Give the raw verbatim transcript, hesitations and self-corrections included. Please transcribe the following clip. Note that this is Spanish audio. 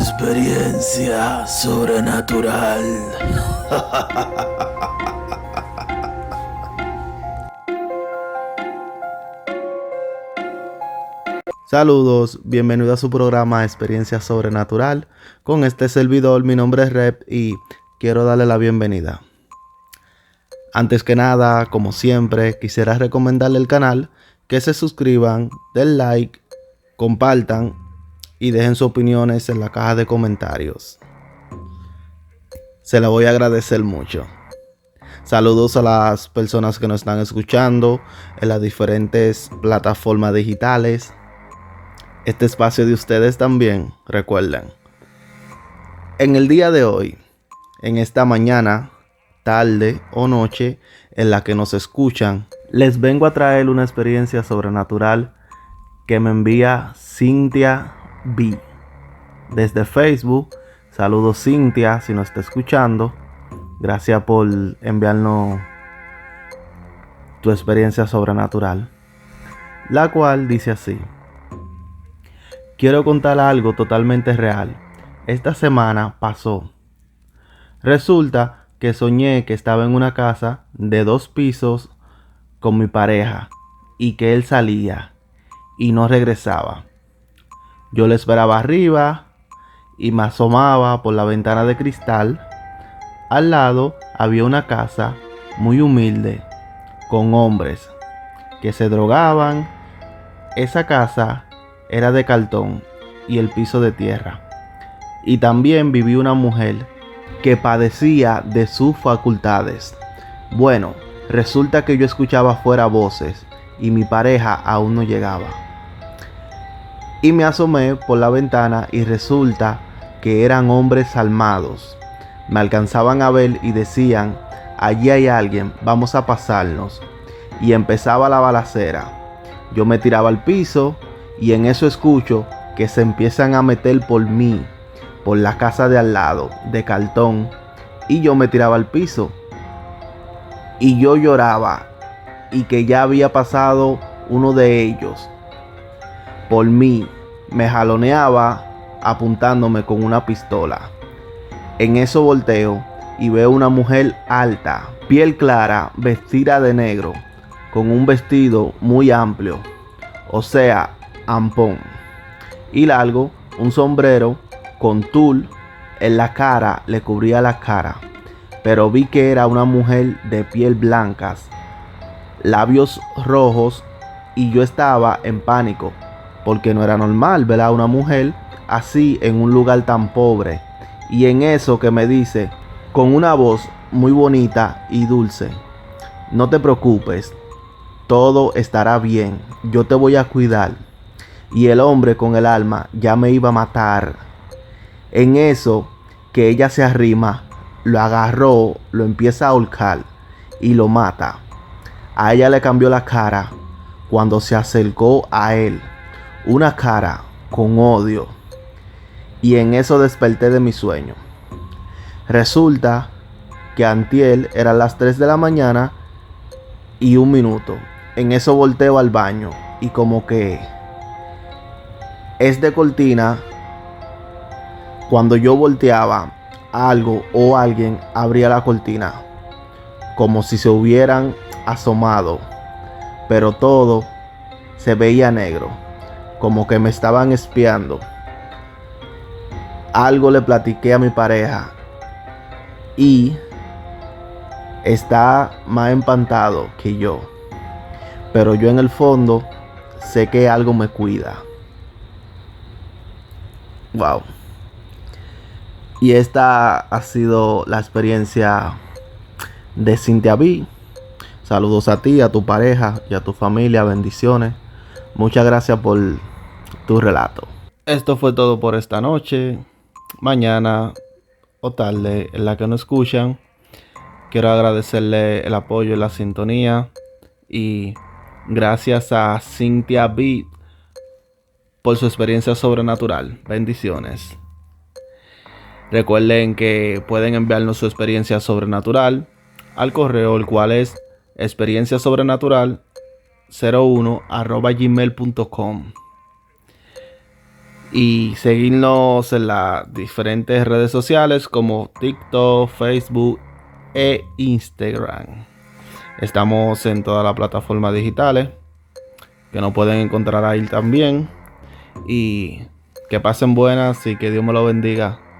Experiencia sobrenatural. Saludos, bienvenido a su programa Experiencia Sobrenatural. Con este servidor, mi nombre es Rep y quiero darle la bienvenida. Antes que nada, como siempre, quisiera recomendarle el canal, que se suscriban, den like, compartan y dejen sus opiniones en la caja de comentarios. Se la voy a agradecer mucho. Saludos a las personas que nos están escuchando en las diferentes plataformas digitales. Este espacio de ustedes también, recuerden. En el día de hoy, en esta mañana, tarde o noche en la que nos escuchan, les vengo a traer una experiencia sobrenatural que me envía Cynthia B. Desde Facebook. Saludos, Cynthia, si nos está escuchando. Gracias por enviarnos tu experiencia sobrenatural, la cual dice así: quiero contar algo totalmente real. Esta semana pasó. Resulta que soñé que estaba en una casa de dos pisos con mi pareja y que él salía y no regresaba. Yo le esperaba arriba y me asomaba por la ventana de cristal. Al lado había una casa muy humilde con hombres que se drogaban. Esa casa era de cartón y el piso de tierra. Y también vivía una mujer que padecía de sus facultades. Bueno, resulta que yo escuchaba afuera voces y mi pareja aún no llegaba. Y me asomé por la ventana y resulta que eran hombres armados. Me alcanzaban a ver y decían: allí hay alguien, vamos a pasarnos. Y empezaba la balacera. Yo me tiraba al piso y en eso escucho que se empiezan a meter por mí, por la casa de al lado, de cartón, y yo me tiraba al piso. Y yo lloraba, y que ya había pasado uno de ellos por mí. Me jaloneaba apuntándome con una pistola. En eso volteo y veo una mujer alta, piel clara, vestida de negro, con un vestido muy amplio, o sea, ampón, y largo, un sombrero con tul en la cara, le cubría la cara, pero vi que era una mujer de piel blancas, labios rojos, y yo estaba en pánico, porque no era normal ver a una mujer así en un lugar tan pobre. Y en eso que me dice, con una voz muy bonita y dulce: no te preocupes, todo estará bien, yo te voy a cuidar. Y el hombre con el alma ya me iba a matar. En eso que ella se arrima, lo agarró, lo empieza a ahorcar y lo mata. A ella le cambió la cara cuando se acercó a él, una cara con odio. Y en eso desperté de mi sueño. Resulta que antier eran las tres de la mañana y un minuto. En eso volteo al baño y como que es de cortina. Cuando yo volteaba, algo o alguien abría la cortina, como si se hubieran asomado, pero todo se veía negro, como que me estaban espiando. Algo le platiqué a mi pareja y está más espantado que yo, pero yo en el fondo sé que algo me cuida. Wow. Y esta ha sido la experiencia de Cynthia B. Saludos a ti, a tu pareja y a tu familia. Bendiciones. Muchas gracias por tu relato. Esto fue todo por esta noche. Mañana o tarde en la que nos escuchan, quiero agradecerle el apoyo y la sintonía. Y gracias a Cynthia B por su experiencia sobrenatural. Bendiciones. Recuerden que pueden enviarnos su experiencia sobrenatural al correo, el cual es experiencia sobrenatural cero uno arroba gmail punto com. y seguirnos en las diferentes redes sociales como TikTok, Facebook e Instagram. Estamos en todas las plataformas digitales que nos pueden encontrar ahí también. Y que pasen buenas y que Dios me lo bendiga.